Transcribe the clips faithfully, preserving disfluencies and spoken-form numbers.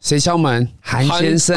谁敲门？韩先生。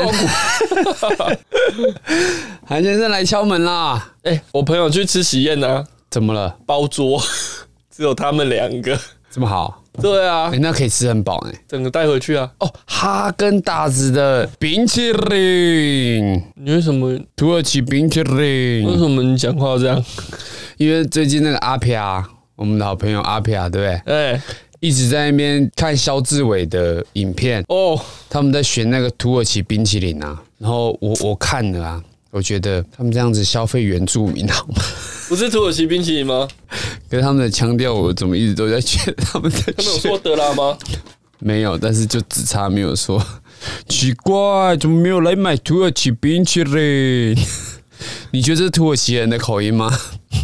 韩先生来敲门啦！ 哎、欸，我朋友去吃喜宴啊， 怎么了？ 包桌，只有他们两个， 这么好？ 对啊， 欸、那可以吃很饱哎、欸， 整个带回去啊。 哦，哈根达斯的冰淇淋， 你为什么土耳其冰淇淋？ 为什么你讲话这样？ 因为最近那个阿皮亚，我们的好朋友阿皮亚，对不对？ 哎、欸， 一直在那边看萧志伟的影片哦，他们在学那个土耳其冰淇淋啊，然后我我看了啊。我觉得他们这样子消费原住民好吗？ 不是土耳其冰淇淋吗？ 可是他们的腔调，我怎么一直都在觉得他们在？ 他们有说德拉吗？ 没有，但是就只差没有说。奇怪，怎么没有来买土耳其冰淇淋？你觉得这是土耳其人的口音吗？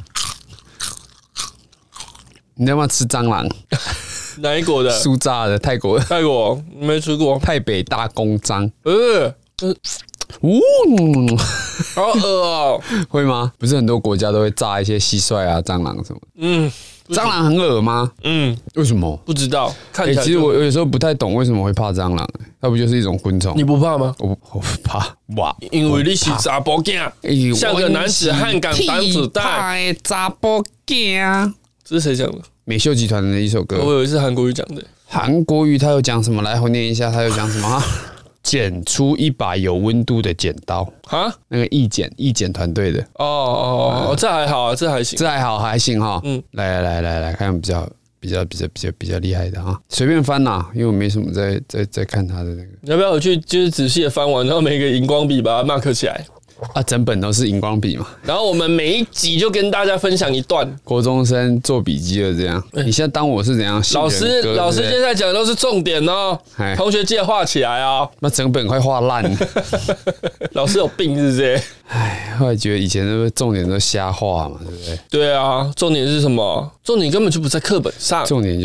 你要不要吃蟑螂？ 哪一国的？ 酥炸的，泰国的。 泰国没吃过。 泰北大公章。 呃。 呜、哦， 好恶哦！ 会吗？不是很多国家都会炸一些蟋蟀啊、蟑螂什么？嗯，蟑螂很恶吗？嗯，为什么？ 不知道。看起来、欸， 其实我有时候不太懂为什么会怕蟑螂、欸，它不就是一种昆虫？ 你不怕吗？ 我我不怕哇， 因为你是查甫囝，像个男子汉敢当子弹。 查甫囝， 这是谁讲的？ 美秀集团的一首歌。 我以为是韩国语讲的。 韩国语他有讲什么？来，我念一下，他有讲什么？剪出一把有温度的剪刀啊！那个义剪义剪团队的哦哦哦，这还好啊，这还行， 这还好还行哈。嗯，来来来来来看比较比较比较比较比较厉害的啊，随便翻啦，因为我没什么在在在看他的那个。 你要不要我去就是仔细的翻完，然后每个荧光笔把它 mark 起来？ 啊，整本都是荧光笔嘛。 然后我们每一集就跟大家分享一段。 国中生做笔记了这样，欸、你现在当我是怎样？ 老师，老师现在讲的都是重点哦，同学记得画起来啊、哦。 那整本快画烂了。 老师有病是不是？ 哎，后来觉得以前都重点都瞎画嘛，对不对？ 对啊，重点是什么？重点根本就不在课本上。 重点就是，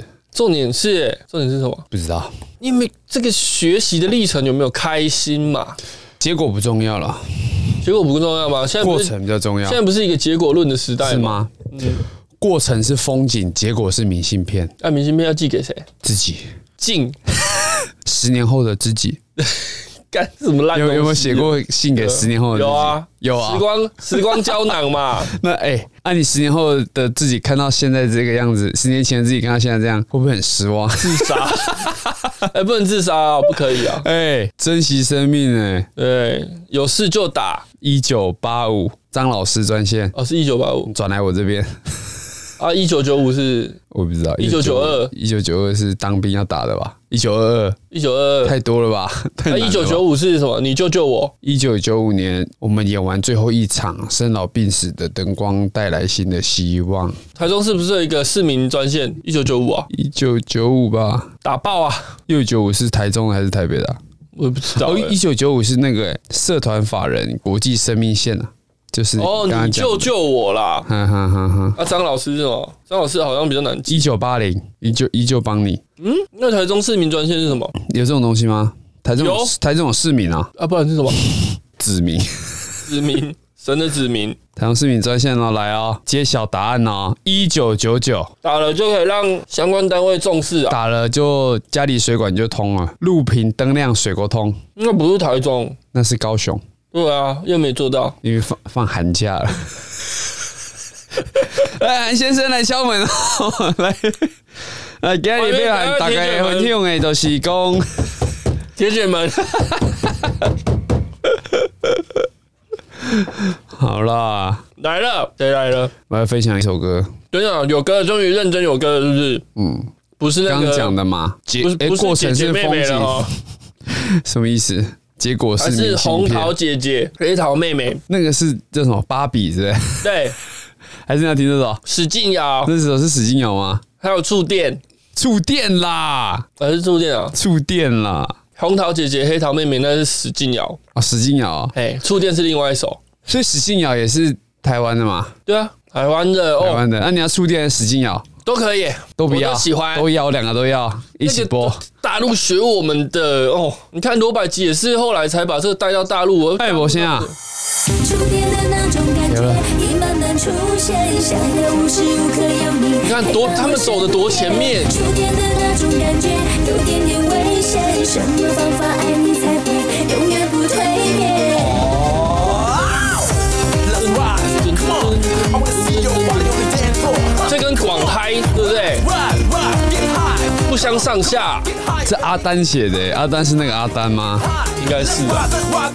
重点是，重点是什么？ 不知道。 因为这个学习的历程有没有开心嘛？ 结果不重要了， 结果不重要吗？现在过程比较重要。 现在不是一个结果论的时代吗？ 是吗？嗯，过程是风景，结果是明信片。 那、啊、明信片要寄给谁？ 自己。 敬。 十年后的自己。 干什么烂东西？ 有有没有写过信给十年后的自己？ 有啊， 有啊。 时光时光胶囊嘛。 那哎，欸、那、啊、你十年后的自己看到现在这个样子，十年前的自己看到现在这样，会不会很失望？ 自杀？哎、欸，不能自杀啊，不可以啊！ 哎、欸，珍惜生命哎、欸。 对，有事就打一九八五张老师专线。 哦，是一九八五， 转来我这边。 啊，一九九五是我不知道， 一九九二， 一九九二是当兵要打的吧？一九二二， 一九二二太多了吧？ 那一九九五是什么？你救救我！ 一九九五年，我们演完最后一场生老病死的灯光，带来新的希望。 台中是不是有一个市民专线？一九九五啊？ 一九九五吧？ 打爆啊！ 一九九五是台中还是台北的、啊？ 我也不知道、欸。 哦，一九九五是那个、欸、社团法人国际生命线啊。就是哦，你救救我啦！ 哈哈哈哈。 啊，张老师是什么？张老师好像比较难记。 一九八零，依旧依旧帮你。 嗯，那台中市民专线是什么？ 有这种东西吗？台中有台中有市民啊？ 啊，不然是什么？ 子民， 子民，神的子民。 台中市民专线哦，来哦，揭晓答案哦，一九九九。 打了就可以让相关单位重视啊。 打了就家里水管就通了，路平灯亮水沟通。 那不是台中， 那是高雄。 对啊，又没做到， 因为放放寒假了。来，韩先生来敲门哦，来，来，今日要喊大家分享的就是讲铁血门。 好啦， 来了，谁来了？ 我要分享一首歌。 对啊，有歌，终于认真有歌了，是不是？嗯，不是那个刚讲的嘛， 不是不是姐姐妹妹了哦。 什么意思？结果是还是红桃姐姐、黑桃妹妹， 那个是叫什么？芭比是不是？ 对， 还是你要听这首？ 史劲瑶， 那首是史劲瑶吗？ 还有触电， 触电啦， 还是触电啊？ 触电啦， 红桃姐姐、黑桃妹妹那是史劲瑶啊，史劲瑶啊， 哎，触电是另外一首， 所以史劲瑶也是台湾的嘛？ 对啊，台湾的， 台湾的。那你要触电史劲瑶？ 都可以， 都不要， 我都喜欢， 都要，两个都要，一起播。 大陆学我们的哦，你看罗百吉也是后来才把这个带到大陆。 哎，我先啊，有了。 你看多，他们走的多前面。 江上下， 这阿丹写的，阿丹是那个阿丹吗？ 应该是啊。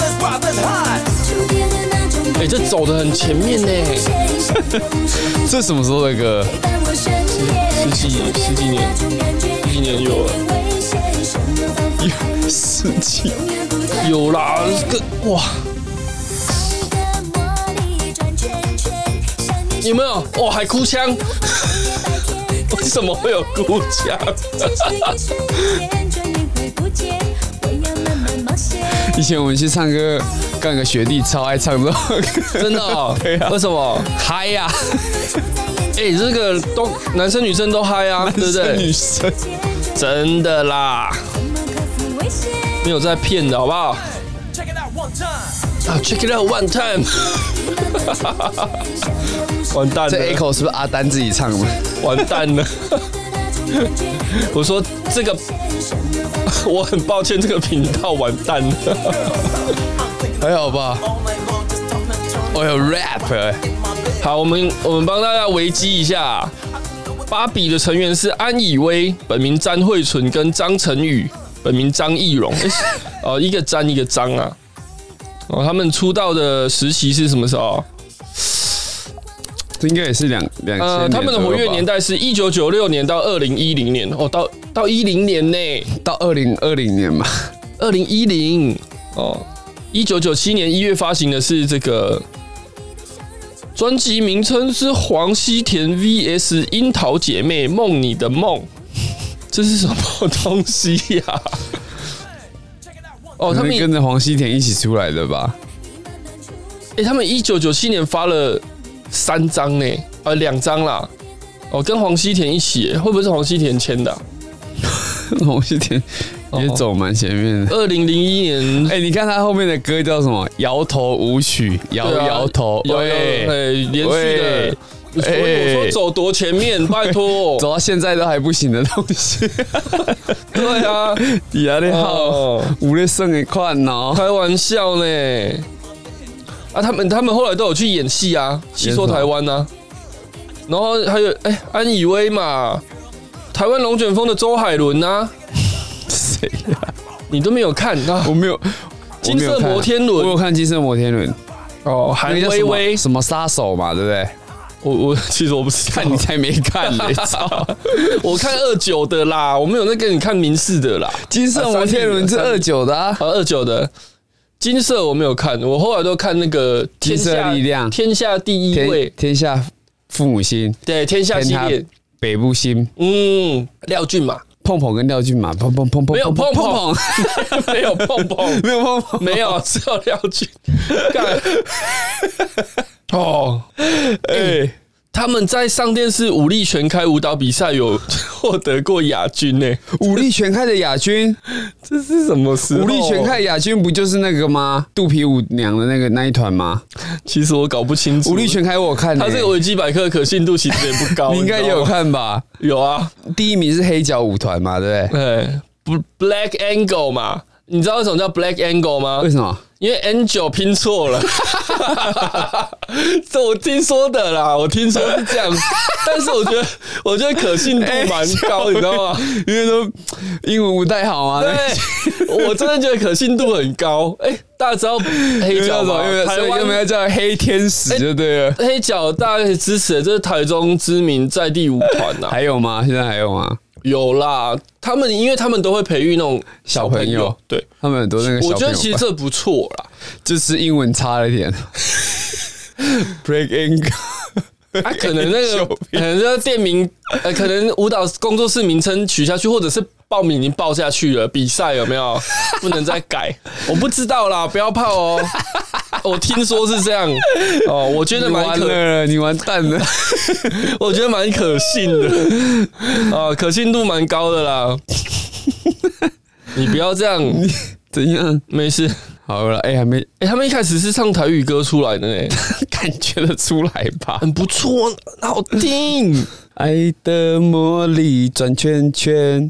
哎、欸，这走得很前面呢。 这什么时候的歌？ 十几十几年，十几年有了。 有十几？ 有啦，这个哇！有没有？哦，海哭腔。为什么会有哭腔？ 以前我们去唱歌，干个学弟超爱唱这首歌， 真的哦？ 对啊， 为什么？ 嗨呀！ 哎，这个都男生女生都嗨啊，对不对？ 女生真的啦，没有在骗的好不好？啊 ，Check it out one time， 完蛋了！ 这 Echo 是不是阿丹自己唱的？ 完蛋了！我说这个，我很抱歉，这个频道完蛋了。 还好吧？我有 rap 欸。 好，我们我们帮大家维基一下，芭比的成员是安以薇，本名詹惠纯，跟张晨宇，本名张艺荣。欸、哦，一个詹一个张啊。哦，他们出道的时期是什么时候？ 这应该也是两两千年。呃， 他们的活跃年代是一九九六年到二零一零年。哦，到到一零年呢， 到二零二零年嘛。 二零一零哦，一九九七年一月发行的是这个专辑，名称是黄西田 V S 樱桃姐妹梦你的梦，这是什么东西呀、啊？ 哦，他们跟着黄西田一起出来的吧？ 哎、欸，他们一九九七年发了三张呢，呃，两张啦。哦，跟黄西田一起，会不会是黄西田签的、啊？ 黄西田也走蛮前面的。 二零零一年， 哎、欸，你看他后面的歌叫什么？摇头舞曲，摇摇头， 喂，哎，连续的。所以我说走多前面，拜托， 走到现在都还不行的东西。 对啊， 底下的好，五类剩一块哦， 开玩笑呢。啊，他们他们后来都有去演戏啊，戏说台湾啊。然后还有哎、欸，安以薇嘛，台湾龙卷风的周海伦啊， 谁呀、啊？ 你都没有看啊？ 我没有。 金色摩天轮， 我有看金色摩天轮。 哦，韩薇薇什么杀手嘛，对不对？ 我我其实我不知道， 看你才没看嘞！操， 我看二九的啦，我没有在跟你看民视的啦。 金色摩天轮是二九的啊， 二九的。金色我没有看，我后来都看那个金色力量， 天下第一位， 天下父母心， 对，天下系列， 北部心， 嗯，廖俊嘛， 碰碰跟廖俊嘛，碰碰碰碰， 没有碰碰，没有碰碰， 没有碰碰， 没有，只有廖俊。哦，哎、欸，他们在上电视武力全开舞蹈比赛有获得过亚军呢。 武力全开的亚军， 这是什么时候？ 武力全开亚军不就是那个吗？肚皮舞娘的那个那一团吗？ 其实我搞不清楚。武力全开我有看、欸， 他这个维基百科可信度其实也不高。 你应该也有看吧？ 有啊， 第一名是黑脚舞团嘛，对不对？ 对 ，Black Angle 嘛，你知道为什么叫 Black Angle 吗？ 为什么？ 因为 Angel 拼错了，这我听说的啦，我听说是这样，但是我觉得我觉得可信度蛮高，你知道吗？ 因为都英文不太好嘛。 对，我真的觉得可信度很高。哎、欸，大家知道黑脚吗？ 台湾有没有叫黑天使就对了。 黑脚大家可以支持的，这是台中知名在地舞团呐。 还有吗？现在还有吗？ 有啦，他们因为他们都会培育那种小朋友，朋友对他们很多那个小朋友。 我觉得其实这不错啦， 就是英文差了一点。Break Angle， 啊，可能那个可能这个店名，呃，可能舞蹈工作室名称取下去，或者是报名已经报下去了，比赛有没有不能再改？我不知道啦，不要怕哦。我听说是这样哦，我觉得蛮可了，你完蛋了。 我觉得蛮可信的啊，可信度蛮高的啦。你不要这样， 怎样？ 没事， 好了。哎、欸，还没哎、欸，他们一开始是唱台语歌出来的呢， 感觉得出来吧？ 很不错，好听。 爱的魔力转圈圈。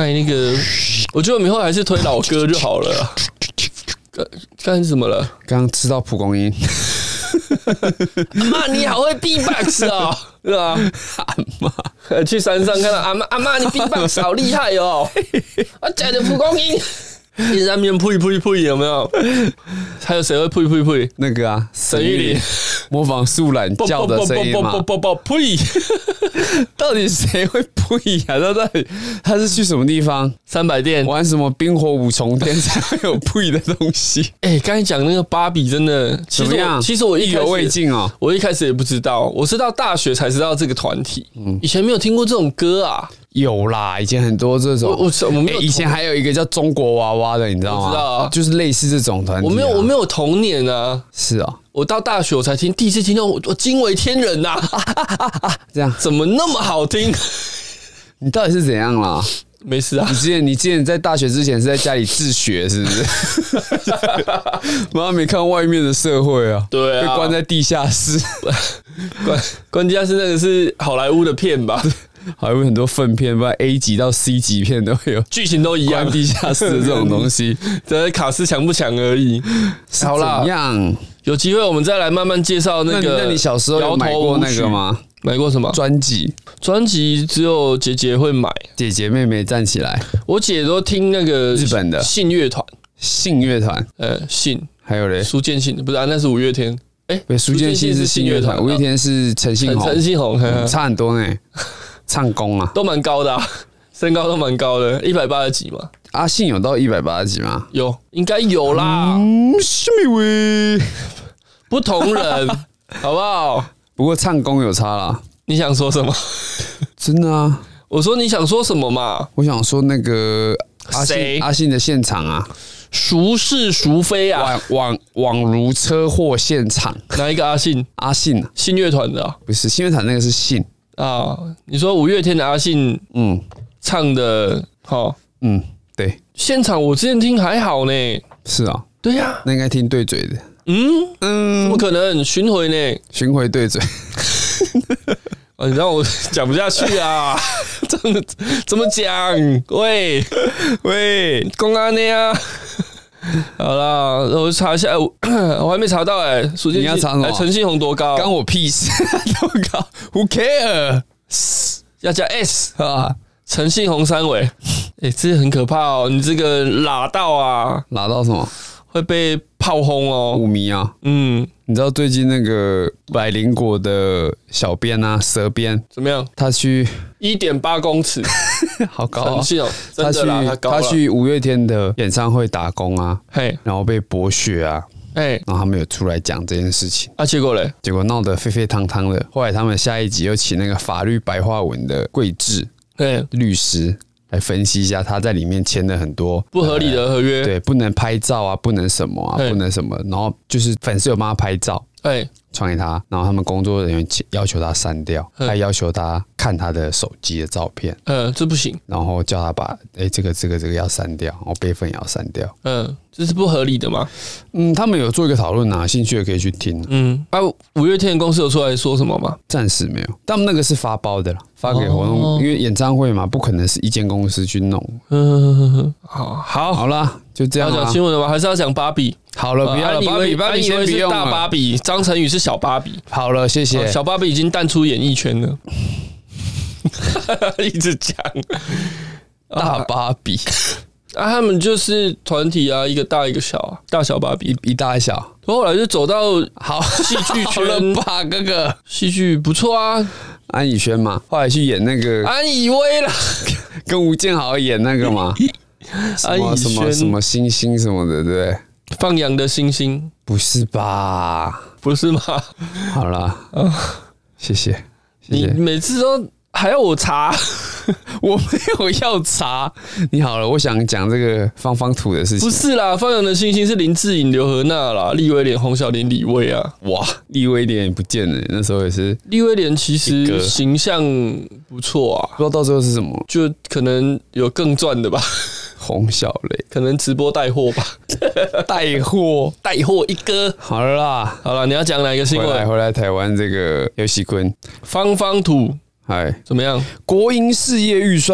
刚才那个，我觉得我们以后还是推老歌就好了。刚刚才怎么了？ 刚刚吃到蒲公英。 阿妈，你好会 B-box 哦，是吧？ 阿妈， 去山上看到阿妈，阿妈你 B-box 好厉害哦！我捡的蒲公英，你在那边呸呸呸，有没有？还有谁会呸呸呸？ 那个啊， 沈玉琳模仿树懒叫的声音嘛。 啵啵啵呸！ 到底谁会呸啊？他到底他是去什么地方？ 三百店玩什么冰火五重天才会有呸的东西？ 哎、欸，刚才讲那个芭比真的怎么样？ 其实我一意犹未尽哦。 我一开始也不知道，我是到大学才知道这个团体。嗯，以前没有听过这种歌啊。 有啦，以前很多这种。 我我我没有、 欸，以前还有一个叫中国娃娃的，你知道吗？ 我知道啊， 就是类似这种团体、啊。 我没有，我没有童年啊。 是啊， 我到大学我才听，第一次听到我，我惊为天人呐、啊啊啊啊啊！这样怎么那么好听？ 你到底是怎样啦？ 没事啊。 你之前你之前在大学之前是在家里自学是不是？妈没看外面的社会啊， 对啊， 被关在地下室。 关关地下室那个是好莱坞的片吧？ 还有很多粪片，不然 A 级到 C 级片都会有， 剧情都一样。 地下室的这种东西， 只是卡斯强不强而已。 好啦，怎样？ 有机会我们再来慢慢介绍那个。 那你小时候有买过那个吗？ 买过什么专辑？ 专辑只有姐姐会买， 姐姐妹妹站起来。 我姐都听那个日本的信乐团， 信乐团， 呃，信， 还有嘞， 苏建信不是啊，那是五月天。哎、欸， 苏建信是信乐团，五月天是陈信宏， 陈信宏、嗯、 差很多呢。唱功啊， 都蛮高的、啊，身高都蛮高的，一百八十几嘛。 阿信有到一百八十几吗？ 有，应该有啦。 嗯，什么味？ 不同人，好不好？ 不过唱功有差啦。 你想说什么？ 真的啊！ 我说你想说什么嘛？ 我想说那个阿信阿信的现场啊， 孰是孰非啊？ 宛宛宛如车祸现场。 哪一个阿信？ 阿信、啊， 信乐团的、啊？ 不是信乐团那个是信。 啊，你说五月天的阿信，嗯，唱的，好， 嗯，对， 现场我之前听还好呢， 是啊， 对呀、啊， 那应该听对嘴的， 嗯嗯，怎么可能巡回呢？ 巡回对嘴， 啊，你让我讲不下去啊，怎么怎么讲？喂喂，公安的呀。好啦，我查一下，我我还没查到哎、欸，苏建信， 你要查什么？ 陈信宏多高？ 关我屁事，多高 ？Who care？ 要加 S 啊，陈信宏三围，哎、欸，这很可怕哦！你这个拉到啊， 拉到什么？ 会被炮轰哦， 五迷啊！ 嗯， 你知道最近那个百灵果的小编啊，蛇编怎么样？ 他去一点八公尺， 好高啊！ 哦， 他去他去五月天的演唱会打工啊，嘿，然后被剥削啊，哎，然后他们有出来讲这件事情啊，结果嘞， 结果闹得沸沸汤汤的。后来他们下一集又请那个法律白话文的桂智律师来分析一下，他在里面签了很多不合理的合约， 对，不能拍照啊，不能什么啊，不能什么，然后就是粉丝有帮他拍照，哎，传给他，然后他们工作人员要求他删掉，还要求他看他的手机的照片， 嗯，这不行， 然后叫他把哎这个这个这个要删掉，然后备份也要删掉， 嗯，这是不合理的吗？ 嗯，他们有做一个讨论啊，兴趣的可以去听， 嗯，啊，五月天的公司有出来说什么吗？ 暂时没有，他们那个是发包的啦，发给活动，哦、因为演唱会嘛，不可能是一间公司去弄。嗯，好，好，好啦，就这样。 要讲新闻了吗？还是要讲芭比？ 好了，不要了，芭比，芭比先不用了。 大芭比，张晨宇是小芭比。 好了，谢谢。 小芭比已经淡出演艺圈了，一直讲大芭比。 啊，他们就是团体啊，一个大一个小啊，大小芭比， 一一大一小。 后来就走到好戏剧圈了吧，哥哥， 戏剧不错啊。 安以轩嘛，后来去演那个安以威啦， 跟吴建豪演那个嘛， 安以轩什么什么星星什么的，对不对？ 放羊的星星， 不是吧？ 不是吗？ 好啦，谢谢，谢谢。 你每次都还要我查。 我没有要查，你好了，我想讲这个方方土的事情。 不是啦，放羊的星星是林志颖、刘和娜啦，利威廉、洪小玲、李卫啊。 哇，利威廉也不见了，那时候也是。 利威廉其实形象不错啊， 不知道到最后是什么， 就可能有更赚的吧。 洪小雷可能直播带货吧， 带货带货一哥。 好了啦， 好了，你要讲哪一个新闻？ 回来回来，台湾这个游戏坤方方土。 哎， 怎么样？ 国营事业预算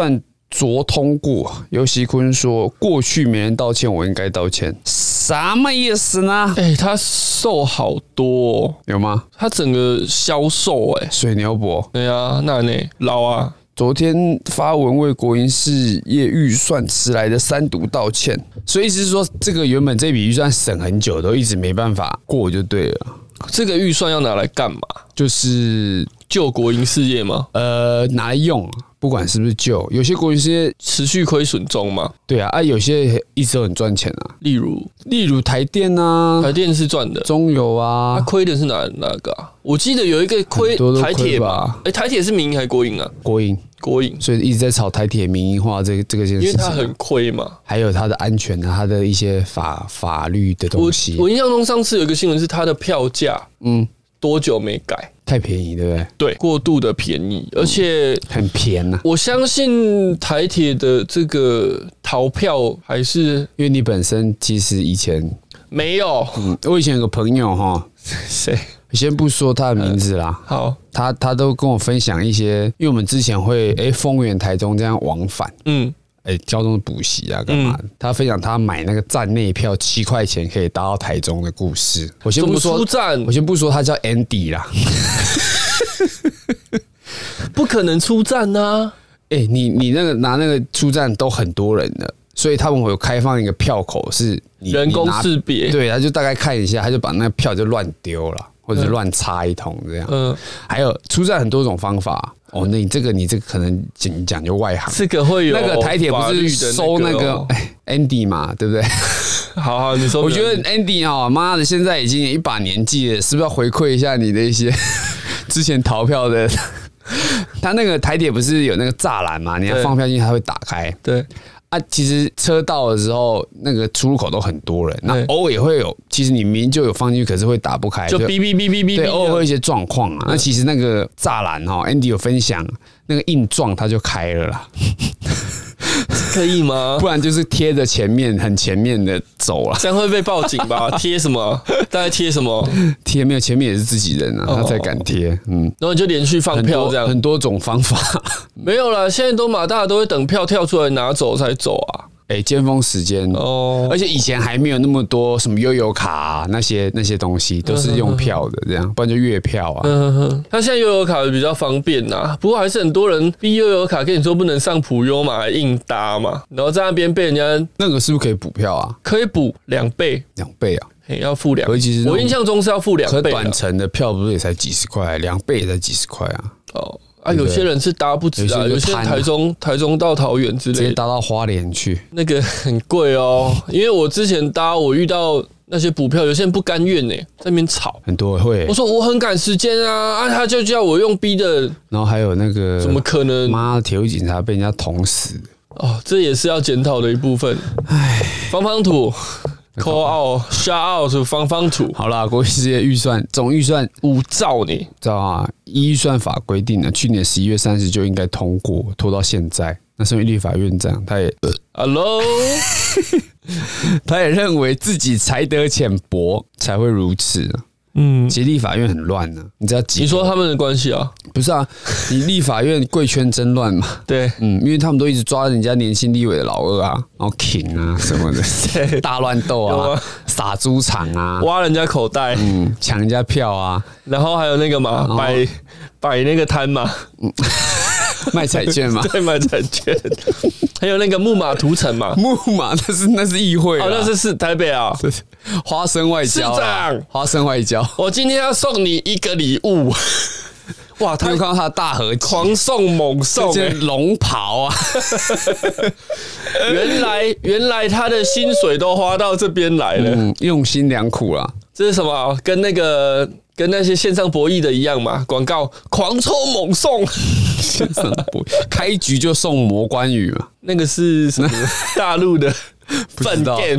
昨通过。尤熙坤说，过去没人道歉，我应该道歉，什么意思呢？ 哎、欸，他瘦好多、哦， 有吗？ 他整个消瘦哎、欸， 水牛脖。 对啊，那呢老啊。 昨天发文为国营事业预算迟来的三读道歉，所以意思是说，这个原本这笔预算审很久，都一直没办法过就对了。 这个预算要拿来干嘛？ 就是救国营事业吗？ 呃，拿来用，不管是不是救，有些国营事业持续亏损中嘛。 对啊，啊，有些一直都很赚钱啊， 例如例如台电啊， 台电是赚的， 中油啊， 他亏的是哪哪个啊？我记得有一个亏台铁吧？哎、欸，台铁是民营还是国营啊？ 国营。 国营， 所以一直在炒台铁民营化这个这个件事情， 因为它很亏嘛， 还有它的安全啊，它的一些法法律的东西。 我, 我印象中上次有一个新闻是它的票价，嗯，多久没改？ 太便宜，对不对？ 对，过度的便宜，而且、 嗯、很便宜、啊。 我相信台铁的这个逃票还是因为你本身其实以前没有， 嗯，我以前有个朋友哈， 谁？ 先不说他的名字啦， 嗯、好， 他他都跟我分享一些，因为我们之前会哎丰原台中这样往返，嗯，哎交通补习啊干嘛的、嗯？他分享他买那个站内票七块钱可以搭到台中的故事。我先不说出站， 我先不说他叫 Andy 啦， 不可能出站啊！ 哎、欸，你你那个拿那个出站都很多人了。所以他们会有开放一个票口，是你人工识别， 对，他就大概看一下，他就把那个票就乱丢了，或者乱插一通这样。嗯，还有出站很多种方法哦。那你这个你这个可能讲讲究外行， 这个会有那个台铁不是收那个、哦欸、Andy 嘛，对不对？ 好好，你说， 我觉得 Andy 哈，妈的，现在已经一把年纪了，是不是要回馈一下你的一些之前逃票的？他那个台铁不是有那个栅栏嘛？你要放票进去，它会打开。 对。 啊，其实车到的时候，那个出入口都很多人，那偶尔也会有，其实你明明就有放进去，可是会打不开， 就哔哔哔哔哔， 对，偶尔会有一些状况啊。那其实那个栅栏哈 ，Andy 有分享，那个硬撞它就开了啦。 可以吗？ 不然就是贴着前面很前面的走了， 这样会被报警吧？贴什么？大概贴什么？ 贴没有，前面也是自己人啊，他才敢贴。嗯， 然后你就连续放票这样， 很多种方法。 没有啦，现在都马大都会等票跳出来拿走才走啊。 哎、欸，尖峰时间哦，而且以前还没有那么多什么悠游卡啊，那些那些东西都是用票的，这样，不然就月票啊。嗯哼，他现在悠游卡比较方便呐，不过还是很多人逼悠游卡跟你说不能上普悠嘛，硬搭嘛，然后在那边被人家那个是不是可以补票啊？ 可以补两倍， 两倍啊， 要付两倍。我印象中是要付两倍。 可短程的票不是也才几十块，两倍也才几十块啊。 哦。啊，有些人是搭不止啊，有些人台中台中到桃园之类的， 直接搭到花莲去， 那个很贵哦。因为我之前搭，我遇到那些补票，有些人不甘愿呢，在那边吵， 很多会。 我说我很赶时间啊，啊，他就叫我用逼的， 然后还有那个， 怎么可能？ 妈的，铁路警察被人家捅死哦，这也是要检讨的一部分。唉，方方土。call out shout out 方方土。 好啦，国营事业预算总预算五兆呢， 知道啊？依预算法规定呢，去年十一月三十就应该通过，拖到现在。那身为立法院长，他也、呃、 ，hello， 他也认为自己才德浅薄，才会如此。嗯，其实立法院很乱呢、啊，你知道几？ 你说他们的关系啊？ 不是啊，你立法院贵圈真乱嘛？ 对， 嗯，因为他们都一直抓人家年轻立委的老二啊，然后挺啊什么的，大乱斗啊，撒猪场啊， 挖人家口袋， 嗯，抢人家票啊， 然后还有那个嘛，摆摆那个摊嘛，嗯。 卖彩券嘛， 对，卖彩券，还有那个木马屠城嘛， 木马那是那是议会啊， 哦，那是是台北啊， 花生外交， 市长， 花生外交， 我今天要送你一个礼物，哇， 他有看到他的大合集， 狂送猛送， 这件龙袍啊， 原来原来他的薪水都花到这边来了， 嗯，用心良苦啦， 这是什么？跟那个。跟那些线上博弈的一样嘛，广告狂抽猛送， 线上博弈开局就送魔关羽嘛， 那个是什么？大陆的饭店。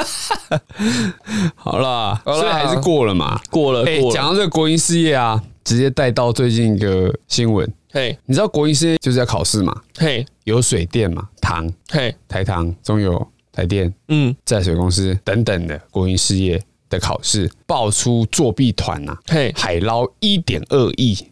好啦，所以还是过了嘛， 过了。 哎，讲到这个国营事业啊，直接带到最近一个新闻。嘿，你知道国营事业就是要考试嘛？嘿，有水电嘛，糖，嘿，台糖、中油、台电，嗯，在水公司等等的国营事业。的考试爆出作弊团呐、啊，海捞一点二亿，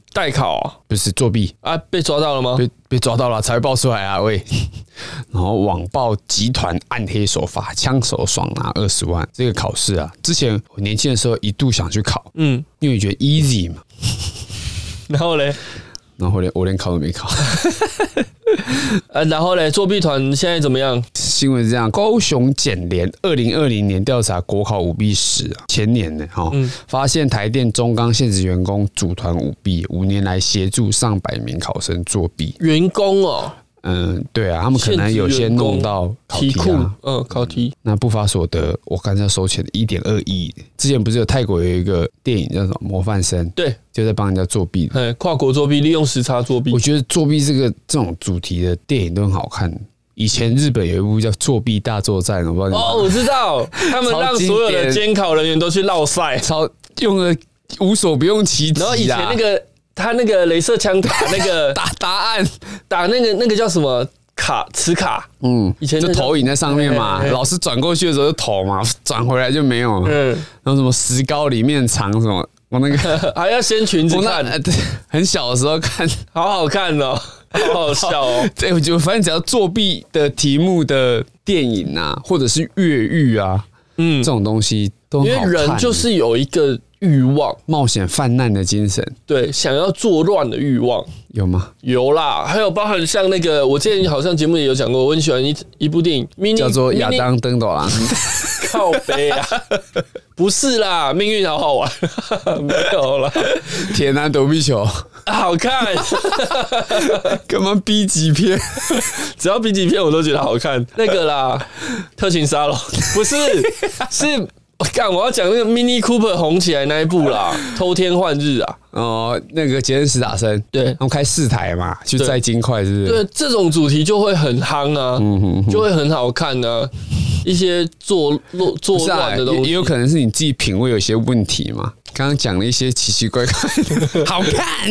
代考啊？ 不是作弊啊？被抓到了吗？ 被被抓到了才会爆出来啊！喂，然后网爆集团暗黑手法，枪手爽拿二十万。这个考试啊，之前我年轻的时候一度想去考，嗯，因为觉得 easy 嘛。 然后嘞？ 然后连我连考都没考， 呃，然后嘞，作弊团现在怎么样？ 新闻是这样：高雄检联二零二零年调查国考舞弊史啊，前年呢，哈、嗯，发现台电中钢现职员工组团舞弊，五年来协助上百名考生作弊。 员工哦。 嗯，对啊，他们可能有些弄到考题啊， 嗯，考题。 那不法所得，我刚才要收钱的一点二亿。之前不是有泰国有一个电影叫什么《模范生》， 对， 就在帮人家作弊的， 跨国作弊，利用时差作弊。 我觉得作弊这个这种主题的电影都很好看。以前日本有一部叫《作弊大作战》，我不知道你哦，我知道，他们让所有的监考人员都去绕赛， 超用了无所不用其极。 然后以前那个。他那个雷射枪打那个打答案， 打那个那个叫什么卡磁卡，嗯， 以前就投影在上面嘛，老师转过去的时候就投嘛，转回来就没有嘛。嗯，然后什么石膏里面藏什么，我那个还要掀裙子看， 对，很小的时候看， 好好看哦，好好笑哦。 对，我觉得反正只要作弊的题目的电影啊，或者是越狱啊，嗯，这种东西都很好看， 因为人就是有一个。欲望、 冒险犯难的精神， 对，想要作乱的欲望有吗？ 有啦，还有包含像那个，我之前好像节目也有讲过，我很喜欢一一部电影， 叫做《亚当登斗郎》， 靠北啊，不是啦，命运好好玩，没有啦， 铁男躲避球好看， 干嘛 B 级片？ 只要 B 级片我都觉得好看。那个啦，特勤沙龙不是是。我干！我要讲那个 Mini Cooper 红起来那一部啦，偷天换日啊！ 哦，那个杰森·史塔森， 对， 他们开四台嘛，去载金块，是不是？ 对，这种主题就会很夯啊，嗯哼哼就会很好看啊。一些作作乱的东西、 啊也，也有可能是你自己品味有些问题嘛。刚刚讲了一些奇奇怪怪的，好看。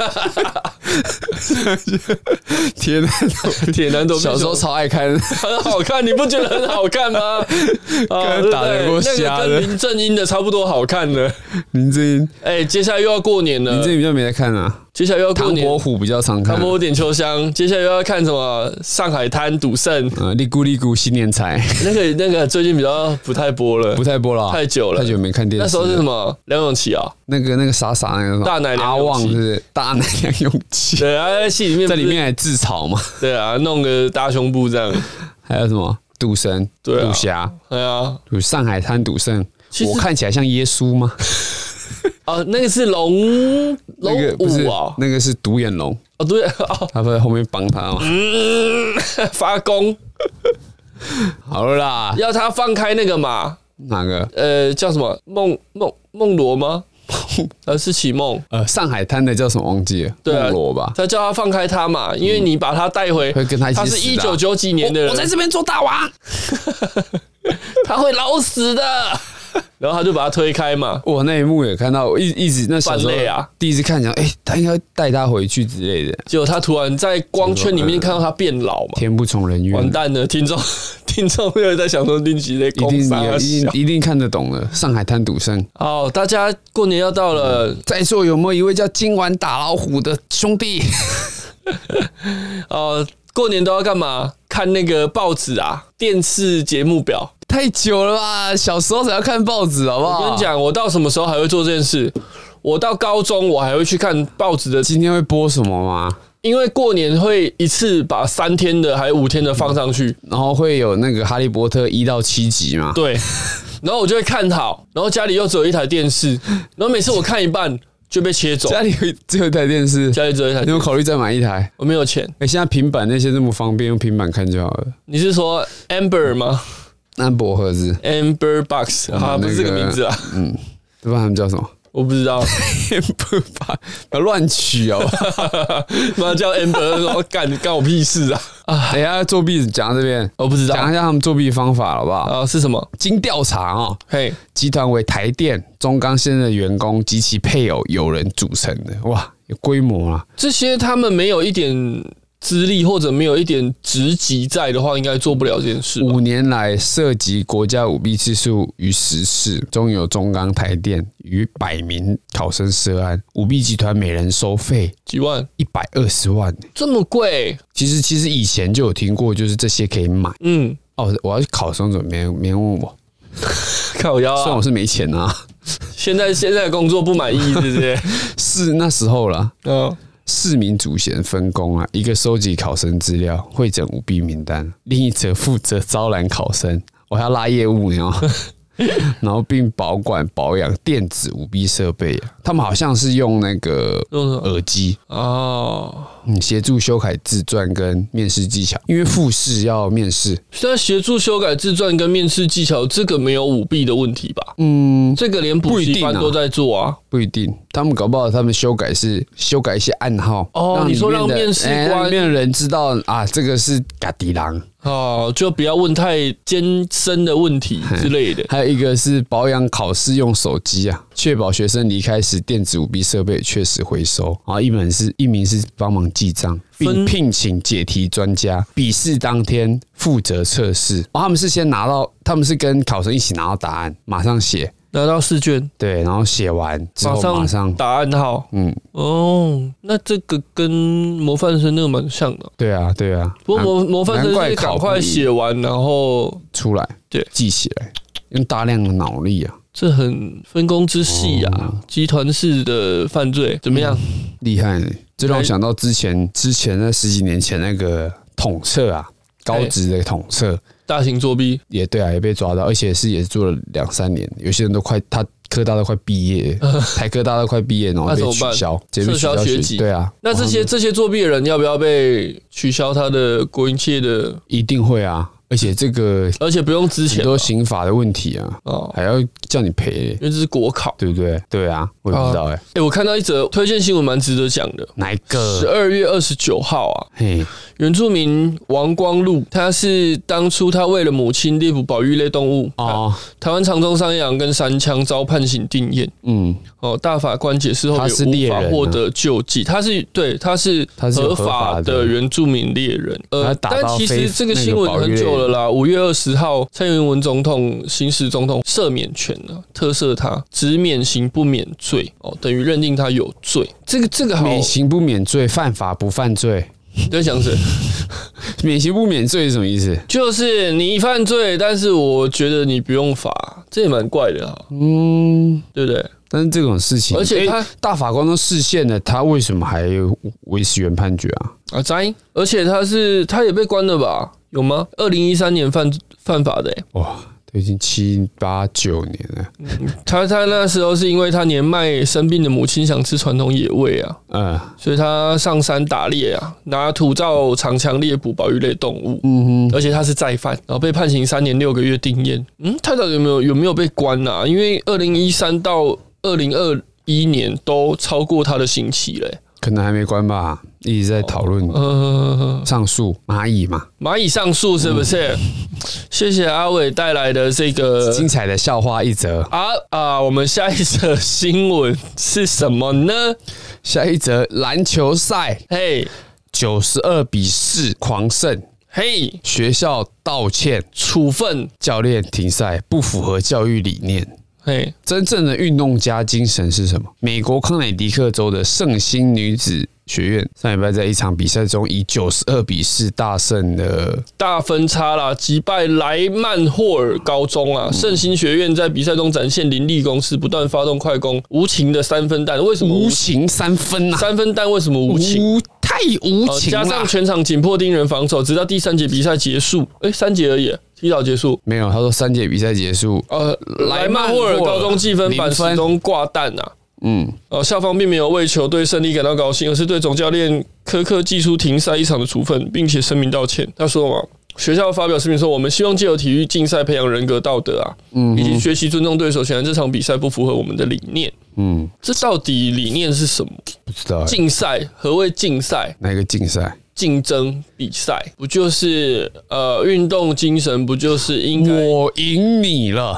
铁男铁男都小时候超爱看， 很好看，你不觉得很好看吗？ 啊，打得过瞎的， 那个跟林正英的差不多好看的。 林正英， 哎、欸，接下来又要过年了， 林正英比较没在看啊。 接下来又要过年， 唐伯虎比较常看， 唐伯虎点秋香。接下来又要看什么？上海滩赌圣， 呃，利咕利咕新年财。 那个那个最近比较不太播了， 不太播了， 太久了， 太久没看电视。 那时候是什么？梁咏琪啊， 那个那个傻傻那个大奶阿旺是不是大奶梁咏琪？ 对啊，在戏里面在里面还自嘲嘛？ 对啊，弄个大胸部这样。 还有什么赌神、 对赌侠？ 对啊， 上海滩赌圣，我看起来像耶稣吗？ 哦，那个是龙龙武啊， 那个是独眼龙哦，对哦， 他不在后面帮他吗？ 嗯，发功。 好了啦， 要他放开那个嘛？ 哪个？ 呃，叫什么？梦梦梦罗吗？呃，是启梦。 呃，上海滩的叫什么忘记了？ 对啊， 梦罗吧。 他叫他放开他嘛，因为你把他带回， 会跟他一起死。 他是一九九几年的人， 我在这边做大王， 他会老死的。然后他就把他推开嘛。 我那一幕也看到，我一一直那小时候啊， 第一次看讲，哎、欸，他应该带他回去之类的。 结果他突然在光圈里面看到他变老嘛， 天不从人愿， 完蛋了！听众听众又在想说，丁奇在攻杀， 一定一定看得懂了。上海滩赌圣， 好，大家过年要到了， 嗯、在座有没有一位叫今晚打老虎的兄弟？ 哦，过年都要干嘛？看那个报纸啊，电视节目表。 太久了吧，小时候才要看报纸，好不好？ 我跟你讲，我到什么时候还会做这件事？我到高中，我还会去看报纸的。 今天会播什么吗？ 因为过年会一次把三天的还有五天的放上去， 然后会有那个《哈利波特》一到七集嘛。 对，然后我就会看好，然后家里又只有一台电视，然后每次我看一半就被切走。 家里只有一台电视， 家里只有一台电视， 你有考虑再买一台？ 我没有钱。 哎、欸，现在平板那些这么方便，用平板看就好了。 你是说 Amber 吗？ 安博盒子 ，Amber Box， 啊，不是这个名字啊， 嗯，不知道他们叫什么， 我不知道 ，Amber Box， 不要乱取哦， 妈叫 Amber， 说干干我屁事啊！ 啊，等一下作弊讲到这边， 我不知道， 讲一下他们作弊方法好不好？ 啊，是什么？ 经调查哦， 嘿， 集团为台电、中钢现任的员工及其配偶友人组成的，哇，有规模啊！ 这些他们没有一点资历或者没有一点职级在的话，应该做不了这件事。 五年来涉及国家舞弊次数逾十次，中油、中钢、台电逾百名考生涉案，舞弊集团每人收费几万， 一百二十万， 这么贵？ 其实其实以前就有听过，就是这些可以买。嗯，哦，我要去考生，怎么没人没人问我？ 靠腰啊！ 虽然我是没钱啊， 现在现在的工作不满意，是不是？ 是那时候啦。嗯。四名主嫌分工啊，一个收集考生资料、汇整舞弊名单，另一则负责招揽考生，我还要拉业务，你知道吗？然后并保管保养电子舞弊设备啊，他们好像是用那个耳机哦，嗯，协助修改自传跟面试技巧，因为复试要面试。 现在协助修改自传跟面试技巧，这个没有舞弊的问题吧？嗯，这个连补习班都在做啊， 不一定，他们搞不好他们修改是修改一些暗号哦，你说让面试官、 欸、里面的人知道啊，这个是嘎迪郎。 哦，就不要问太艰深的问题之类的。 还有一个是保养考试用手机啊，确保学生离开时电子舞弊设备确实回收。然后一门是一名是帮忙记账，并聘请解题专家，笔试当天负责测试。哦，他们是先拿到，他们是跟考生一起拿到答案，马上写。 拿到试卷， 对，然后写完之后马上答案号，嗯，哦，那这个跟模范生那个蛮像的， 对啊，对啊。 不过模模范生是赶快写完，然后出来，对，记起来，用大量的脑力啊， 这很分工之细啊，集团式的犯罪怎么样？ 厉害呢！这让我想到之前之前那十几年前那个统测啊，高职的统测。 大型作弊也对啊，也被抓到，而且是也是做了两三年，有些人都快他科大都快毕业，台科大都快毕业，然后被取消，直接被取消学籍。对啊， 那这些这些作弊的人要不要被取消他的国营企业的？ 一定会啊。而且这个， 而且不用之前很多刑法的问题啊，哦，还要叫你赔，欸， 因为这是国考， 对不对？对啊，我也不知道哎，欸。 哎，欸，我看到一则推荐新闻，蛮值得讲的。 哪一个？ 十二月二十九号啊，嘿，原住民王光禄，他是当初他为了母亲猎捕保育类动物，哦，台湾长鬃山羊跟山羌遭判刑定谳，嗯，哦，大法官解释后也无法获得救济，他是对，他是合法的原住民猎人，呃，但其实这个新闻很久了。五月二十号，蔡英文总统行使总统赦免权啊，特赦他，只免刑不免罪哦，等于认定他有罪。这个这个好， 免刑不免罪，犯法不犯罪。 你在想什么？ 免刑不免罪是什么意思？ 就是你犯罪，但是我觉得你不用罚，这也蛮怪的啊。嗯，对不对？ 但是这种事情， 而且他、欸、 大法官都释宪了，他为什么还维持原判决啊？ 啊，在，而且他是他也被关了吧？有吗？二零一三年犯犯法的、欸，哇， 都已经七八九年了。 嗯，他他那时候是因为他年迈生病的母亲想吃传统野味啊，嗯，所以他上山打猎啊，拿土造长枪猎捕保育类动物，嗯哼，而且他是再犯，然后被判刑三年六个月定谳。嗯，他到底有没有有没有被关啊？因为二零一三到二零二一年都超过他的刑期嘞、欸。 可能还没关吧，一直在讨论上诉蚂蚁嘛， 蚂蚁上诉是不是？嗯、谢谢阿伟带来的这个精彩的笑话一则啊啊！我们下一则新闻是什么呢？ 下一则篮球赛，嘿，九十二比四狂胜，嘿，学校道歉处分， 教练停赛，不符合教育理念。Hey, 真正的运动家精神是什么？美国康乃狄克州的圣心女子学院上礼拜在一场比赛中以九十二比四大胜的大分差啦，击败莱曼霍尔高中啊！圣心学院在比赛中展现凌厉攻势，不断发动快攻，无情的三分弹。为什么无情三分啊？ 三分弹为什么无情？ 无太无情了、 呃！加上全场紧迫盯人防守，直到第三节比赛结束，哎、欸，三节而已。提早结束没有？他说三节比赛结束。呃， 莱曼霍尔高中计分板始终挂蛋啊。嗯，呃，校方并没有为球队胜利感到高兴，而是对总教练科克寄出停赛一场的处分，并且声明道歉。他说嘛，学校发表声明说，我们希望借由体育竞赛培养人格道德啊，嗯，以及学习尊重对手。显然这场比赛不符合我们的理念。嗯，这到底理念是什么？ 不知道。 竞赛，何谓竞赛？ 哪一个竞赛？ 竞争比赛不就是呃运动精神不就是应该我赢你了？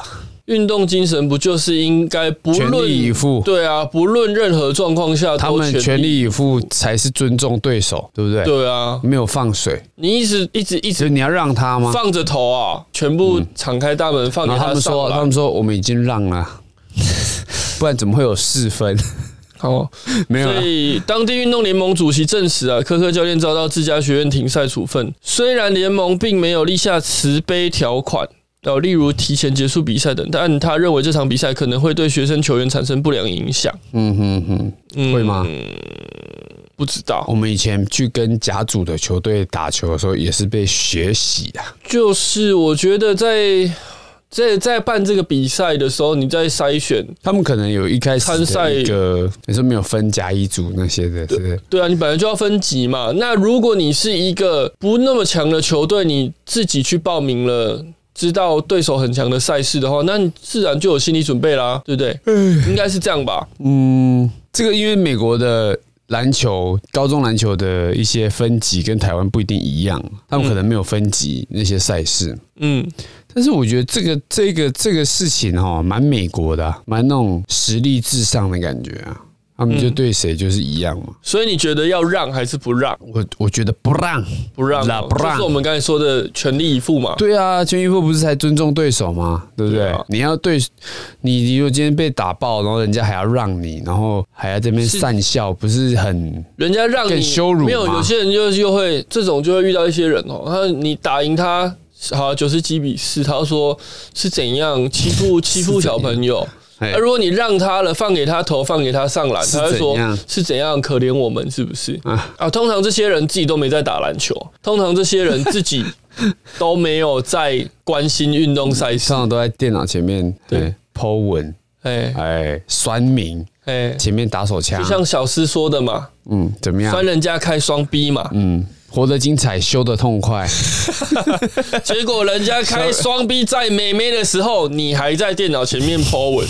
运动精神不就是应该不论全力以赴？ 对啊，不论任何状况下， 他们全力以赴才是尊重对手，对不对？ 对啊， 没有放水。 你一直一直一直， 你要让他吗？ 放着头啊，全部敞开大门放给他上来。 他们说，他们说我们已经让了，不然怎么会有四分？ 好， 没有。 所以当地运动联盟主席证实啊，科科教练遭到自家学院停赛处分。虽然联盟并没有立下慈悲条款，哦，例如提前结束比赛等，但他认为这场比赛可能会对学生球员产生不良影响。 嗯哼哼，嗯、会吗？ 不知道。 我们以前去跟甲组的球队打球的时候，也是被血洗的。 就是我觉得在。在在办这个比赛的时候，你在筛选， 他们可能有一开始参赛一个，你说没有分甲乙组那些的，对不对？ 对啊，你本来就要分级嘛。那如果你是一个不那么强的球队，你自己去报名了，知道对手很强的赛事的话，那你自然就有心理准备啦，对不对？应该是这样吧。 嗯，这个因为美国的篮球高中篮球的一些分级跟台湾不一定一样，他们可能没有分级那些赛事。嗯。但是我觉得这个这个这个事情哈，蛮美国的、啊，蛮那种实力至上的感觉啊。他们就对谁就是一样嘛。 所以你觉得要让还是不让？ 我我觉得不让， 不让，不让，就是我们刚才说的全力以赴嘛。 对啊，全力以赴不是才尊重对手吗？对不对？对啊、你要对，你你如果今天被打爆，然后人家还要让你，然后还要这边讪笑，不是很人家让你更羞辱吗？ 没有，有些人就又会这种就会遇到一些人哦，他你打赢他。好，九十几比四，他说是怎样欺负欺负小朋友？那如果你让他了，放给他投，放给他上篮，他会说是怎样可怜我们，是不是？啊，通常这些人自己都没在打篮球，通常这些人自己都没有在关心运动赛事， 通常都在电脑前面对 po 文，哎哎酸民，哎前面打手枪， 就像小诗说的嘛， 嗯，怎么样？ 酸人家开双 B 嘛，嗯。 活得精彩，修得痛快。 结果人家开双 B 在美眉的时候，你还在电脑前面 po 文。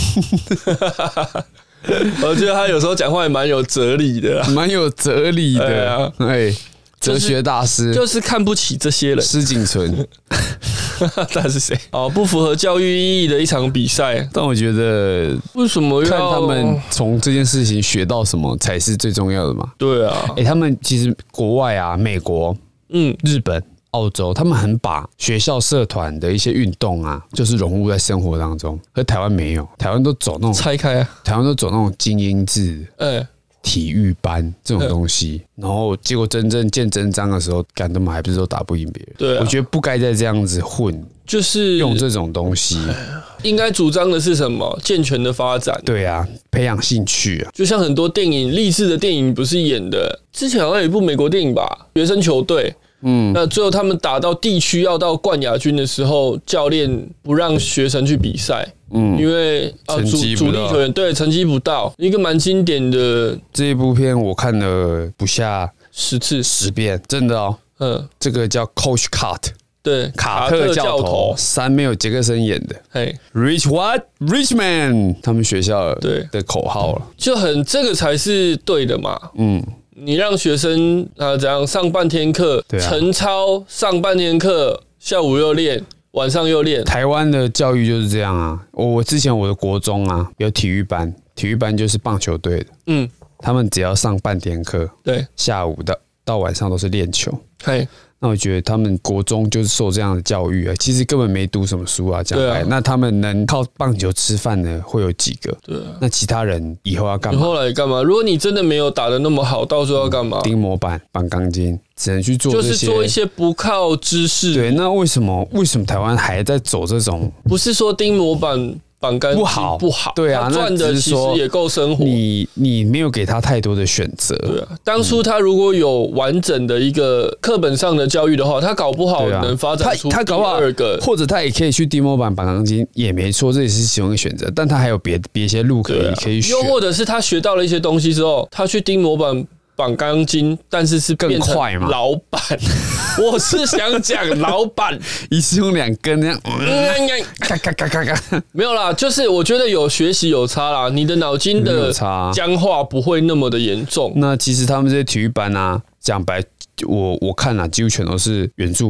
我觉得他有时候讲话也蛮有哲理的， 蛮有哲理的啊！哎，哲学大师、 就是、就是看不起这些人。 施景纯， 他是谁？哦，不符合教育意义的一场比赛。 但我觉得， 为什么要看他们从这件事情学到什么才是最重要的嘛？ 对啊， 哎、欸，他们其实国外啊，美国、嗯、日本、澳洲，他们很把学校社团的一些运动啊，就是融入在生活当中，而台湾没有，台湾都走那种拆开、啊， 台湾都走那种精英制，哎、欸。体育班这种东西，然后结果真正见真章的时候，干他们还不是都打不赢别人？ 对、啊， 我觉得不该再这样子混， 就是用这种东西。 应该主张的是什么？健全的发展。 对啊，培养兴趣啊。 就像很多电影励志的电影，不是演的，之前好像有一部美国电影吧，学生球队。嗯，那最后他们打到地区要到冠亚军的时候，教练不让学生去比赛，嗯，因为啊主主力球员对成绩不到，一个蛮经典的这一部片我看了不下十次十遍，真的哦，嗯，这个叫 Coach Cut， 对， 卡特教头，三没有杰克森演的，嘿 ，Rich what Rich Man， 他们学校对的口号了， 就很这个才是对的嘛，嗯。你让学生啊怎样上半天课，晨操上半天课，下午又练，晚上又练。 台湾的教育就是这样啊。我之前我的国中啊有体育班，体育班就是棒球队的，嗯，他们只要上半天课，对，下午到到晚上都是练球。嘿，那我觉得他们国中就是受这样的教育啊，其实根本没读什么书啊，讲白，那他们能靠棒球吃饭的会有几个？对啊，那其他人以后要干嘛？ 以后来干嘛？如果你真的没有打得那么好，到时候要干嘛？ 钉模板、绑钢筋，只能去做这些， 就是做一些不靠知识。 对，那为什么为什么台湾还在走这种？ 不是说钉模板。 不好， 不好， 对啊， 赚的其实也够生活。 你你没有给他太多的选择， 对啊。当初他如果有完整的一个课本上的教育的话，他搞不好能发展出第二个， 或者他也可以去 demo 版绑钢筋，也没错，这也是其中一个选择。但他还有别别些路可以、啊、可以选， 又或者是他学到了一些东西之后，他去钉模板。绑钢筋，但是是更快嘛？ 老板，我是想讲老板， 一次用两根那样，咔咔咔咔咔， 没有啦，就是我觉得有学习有差啦，你的脑筋的僵化不会那么的严重。 那其实他们这些体育班啊，讲白，我我看啊，几乎全都是原住民。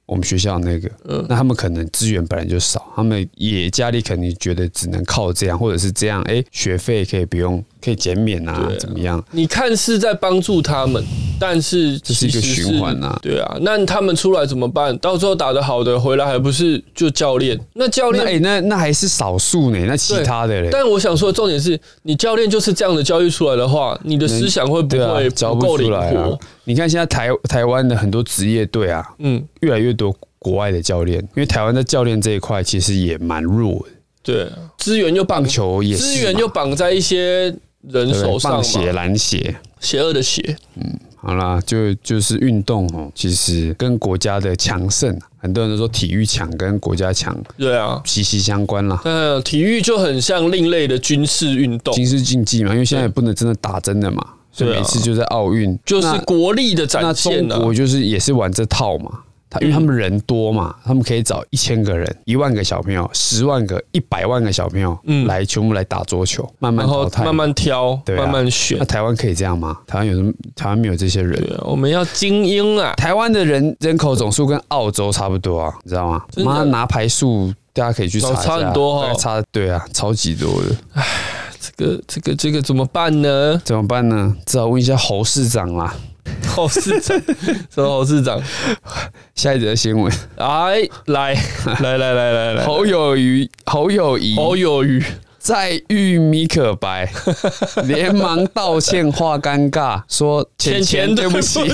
我们学校那个，嗯，那他们可能资源本来就少，他们也家里肯定觉得只能靠这样，或者是这样，哎、欸，学费可以不用，可以减免啊，怎么样？ 你看是在帮助他们，但是这是一个循环啊， 对啊，那他们出来怎么办？到最后打得好的回来还不是就教练？那教练， 哎、欸，那那还是少数呢，那其他的嘞。 但我想说的重点是，你教练就是这样的教育出来的话，你的思想会不会不够灵活？ 你看现在台台湾的很多职业队啊，嗯，越来越多国外的教练，因为台湾的教练这一块其实也蛮弱的。 对，资源又棒球也是， 资源又绑在一些人手上嘛， 棒鞋、篮鞋， 邪恶的鞋。 嗯，好啦，就就是运动哦，其实跟国家的强盛，很多人都说体育强跟国家强， 对啊， 息息相关啦。 嗯，体育就很像另类的军事运动， 军事竞技嘛，因为现在也不能真的打真的嘛。所以每次就在奥运， 就是国力的展现、啊。 那中国就是也是玩这套嘛，他因为他们人多嘛，他们可以找一千个人、一万个小朋友、十万个、一百万个小朋友，嗯，来全部来打桌球，慢慢淘汰， 慢慢挑， 对、啊， 慢慢选。 那台湾可以这样吗？台湾有什么？台湾没有这些人。 对啊，我们要精英啊！ 台湾的人人口总数跟澳洲差不多啊，你知道吗？妈拿牌数，大家可以去查一下， 差很多哈、 哦，差对啊，超级多的。 唉。这个这个这个怎么办呢？ 怎么办呢？只好问一下侯市长啦。 侯市长，什么侯市长？ 下一则新闻， 来来来来来来来， 侯友宜，侯友宜， 侯友宜再遇米可白，连忙道歉化尴尬，说钱钱对不起。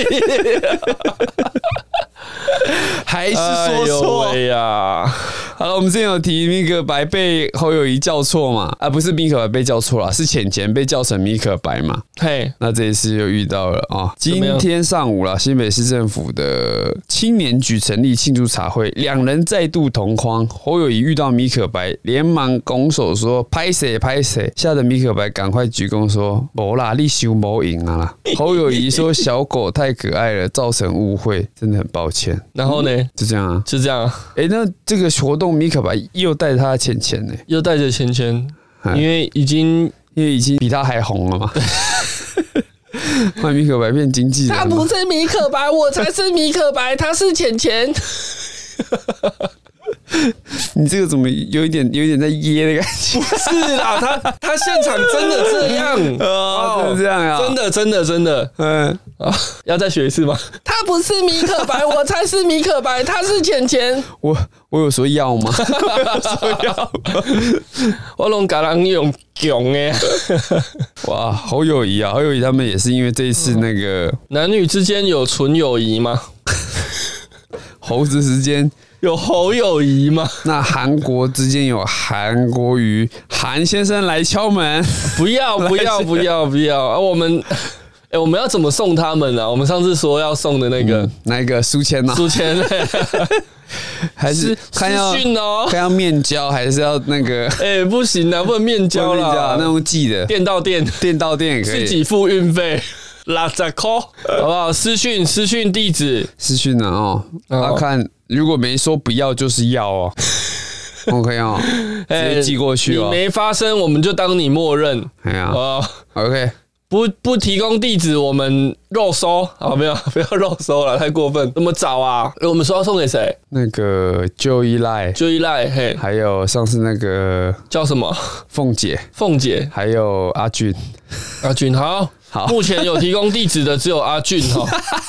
还是说错、 哎、呀？ 好了，我们之前有提米可白被侯友宜叫错嘛？啊，不是米可白被叫错了，是钱钱被叫成米可白嘛？ 嘿， 那这一次又遇到了啊！今天上午啦，新北市政府的青年局成立庆祝茶会，两人再度同框。侯友宜遇到米可白，连忙拱手说拍谁拍谁，吓得米可白赶快鞠躬说没啦，你修没赢啊啦。侯友宜说小狗太可爱了，造成误会，真的很抱歉。 然后呢？ 嗯、就这样啊， 就这样、啊。 哎、欸，那这个活动米可白又带着他的钱钱呢， 又带着钱钱，因为已经因为已经比他还红了嘛。换米可白变经纪人， 他不是米可白，我才是米可白，他是钱钱。 你这个怎么有一点有一点在噎的感觉？ 不是啦，他他现场真的这样哦，真的这样呀、啊？ 真的真的真的，嗯啊，要再学一次吗？他不是米可白，我才是米可白，他是钱钱。 我我有说要吗？我有说要， 我拢甲人用强诶。 哇，侯友宜啊，侯友宜他们也是因为这一次那个男女之间有纯友谊吗？ 猴子之间。 有侯友宜吗？ 那韩国之间有韩国瑜，韩先生来敲门， 不要不要不要不要啊！我们哎、欸，我们要怎么送他们啊？我们上次说要送的那个、嗯、 那一个书签呢？ 书签还是看要哦， 看要面交还是要那个？ 哎、欸，不行啊，不能面交啦， 那种寄的， 店到店， 店到店也可以， 自己付运费。拉扎扣，好不好？私讯私讯地址， 私讯呢哦，他看如果没说不要就是要哦，OK 哦，直接寄过去哦。 你没发生，我们就当你默认。 哎呀，哦 ，OK， 不不提供地址，我们肉收。好，没有不要肉收了，太过分。那么早啊？我们说要送给谁？ 那个就依赖， 就依赖，嘿， 还有上次那个叫什么？ 凤姐， 凤姐， 还有阿俊， 阿俊好。好，目前有提供地址的只有阿俊哈，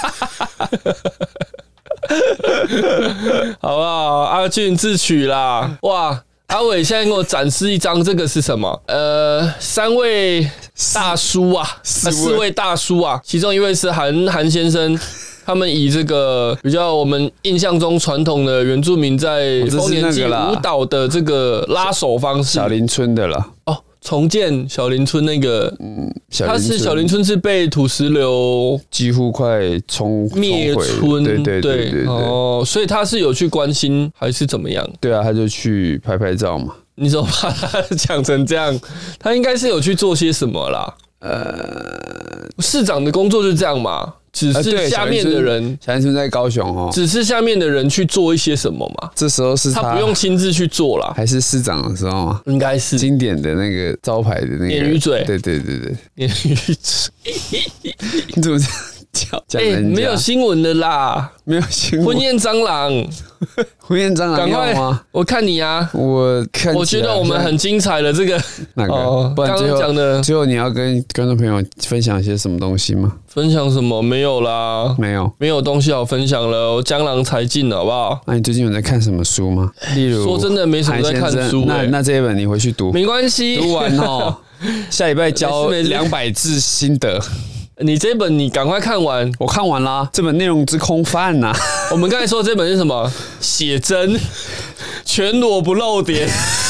好不好？阿俊自取啦！哇，阿伟现在给我展示一张，这个是什么？呃，三位大叔啊，四, 四位大叔啊，其中一位是韩韩先生。他们以这个比较我们印象中传统的原住民在丰年祭舞蹈的这个拉手方式， 小林村的啦。 哦。重建小林村那个，嗯，它是小林村是被土石流几乎快冲灭村， 对对对对哦，所以他是有去关心还是怎么样？ 对啊，他就去拍拍照嘛。 你怎么把他讲成这样？他应该是有去做些什么啦？呃，市长的工作就是这样嘛。只是下面的人， 小林村在高雄哦， 只是下面的人去做一些什么嘛？ 这时候是 他, 他不用亲自去做啦， 还是市长的时候嘛？ 应该是经典的那个招牌的那个鲶鱼嘴， 对对对对， 鲶鱼嘴， 你怎么讲人家、 欸、没有新闻的啦， 没有新闻。 婚宴蟑螂， 婚宴蟑螂， 赶快吗？我看你啊， 我看， 我觉得我们很精彩的这个哪个？哦、不然最后讲的，最后你要跟观众朋友分享一些什么东西吗？ 分享什么？没有啦， 没有， 没有东西好分享了。我江郎才尽了，好不好？ 那你最近有在看什么书吗？例如， 说真的，没什么在看书、欸。 那那这一本你回去读， 没关系， 读完哦，下礼拜交两百字心得。 你这本你赶快看完， 我看完啦。这本内容之空泛呐、啊。 我们刚才说的这本是什么？写真，全裸不露点。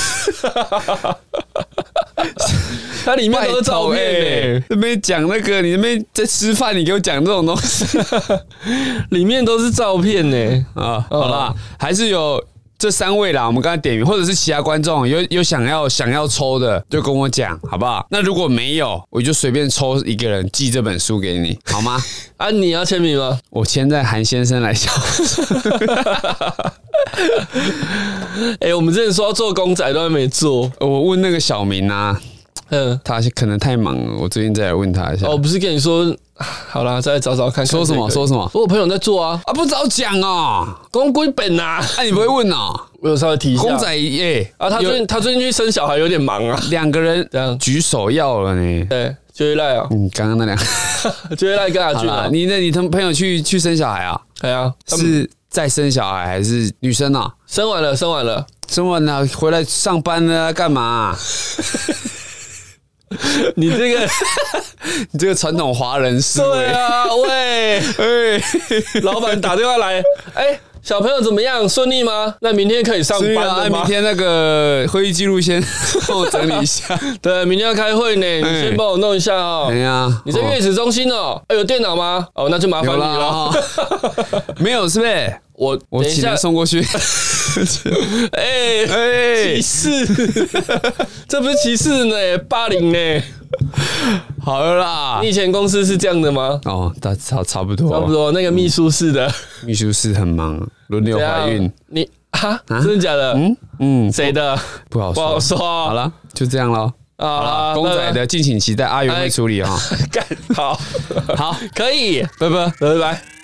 它里面都是照片诶、欸， 这边讲那个，你那边在吃饭，你给我讲这种东西， 里面都是照片呢、欸。 啊，好啦，还是有这三位啦，我们刚才点名，或者是其他观众有有想要想要抽的，就跟我讲，好不好？那如果没有，我就随便抽一个人寄这本书给你，好吗？ 啊，你要签名吗？ 我签在韩先生来笑。 哎、欸，我们之前说要做公仔都还没做， 我问那个小明啊。嗯，他可能太忙了，我最近再来问他一下。 哦，不是跟你说，好啦，再来找找看看。 说什么？说什么？ 我有朋友在做啊， 啊，不早讲哦， 公归本呐。 哎、啊，你不会问哦？ 我有稍微提一下。 公仔耶、欸， 啊，他最近他最近去生小孩，有点忙啊。 两个人这样举手要了呢。 对，就会赖啊。 嗯，刚刚那两个， 就会赖跟阿俊啊。 你那你同朋友去去生小孩啊？ 对啊， 是在生小孩还是女生啊？ 生完了，生完了， 生完了回来上班了，干嘛、啊？ 你这个， 你这个传统华人思维。 对啊，喂，哎，老板打电话来，哎、欸，小朋友怎么样？顺利吗？那明天可以上班了吗？ 明天那个会议记录先帮我整理一下。 对，明天要开会呢，你先帮我弄一下哦。 哎呀， 你在月子中心哦，有电脑吗？哦，那就麻烦你了。 没有是不是？ 我我请人送过去。 哎哎，歧视，这不是歧视呢，霸凌呢。 好了啦， 你以前公司是这样的吗？ 哦，大差差不多， 差不多。那个秘书室的， 秘书室很忙，轮流怀孕。 你啊，真的假的？嗯嗯，谁的？ 不好说， 不好说。 好了，就这样咯。 好了， 公仔的敬请期待，阿元会处理啊。 干好， 好， 可以， 拜拜， 拜拜。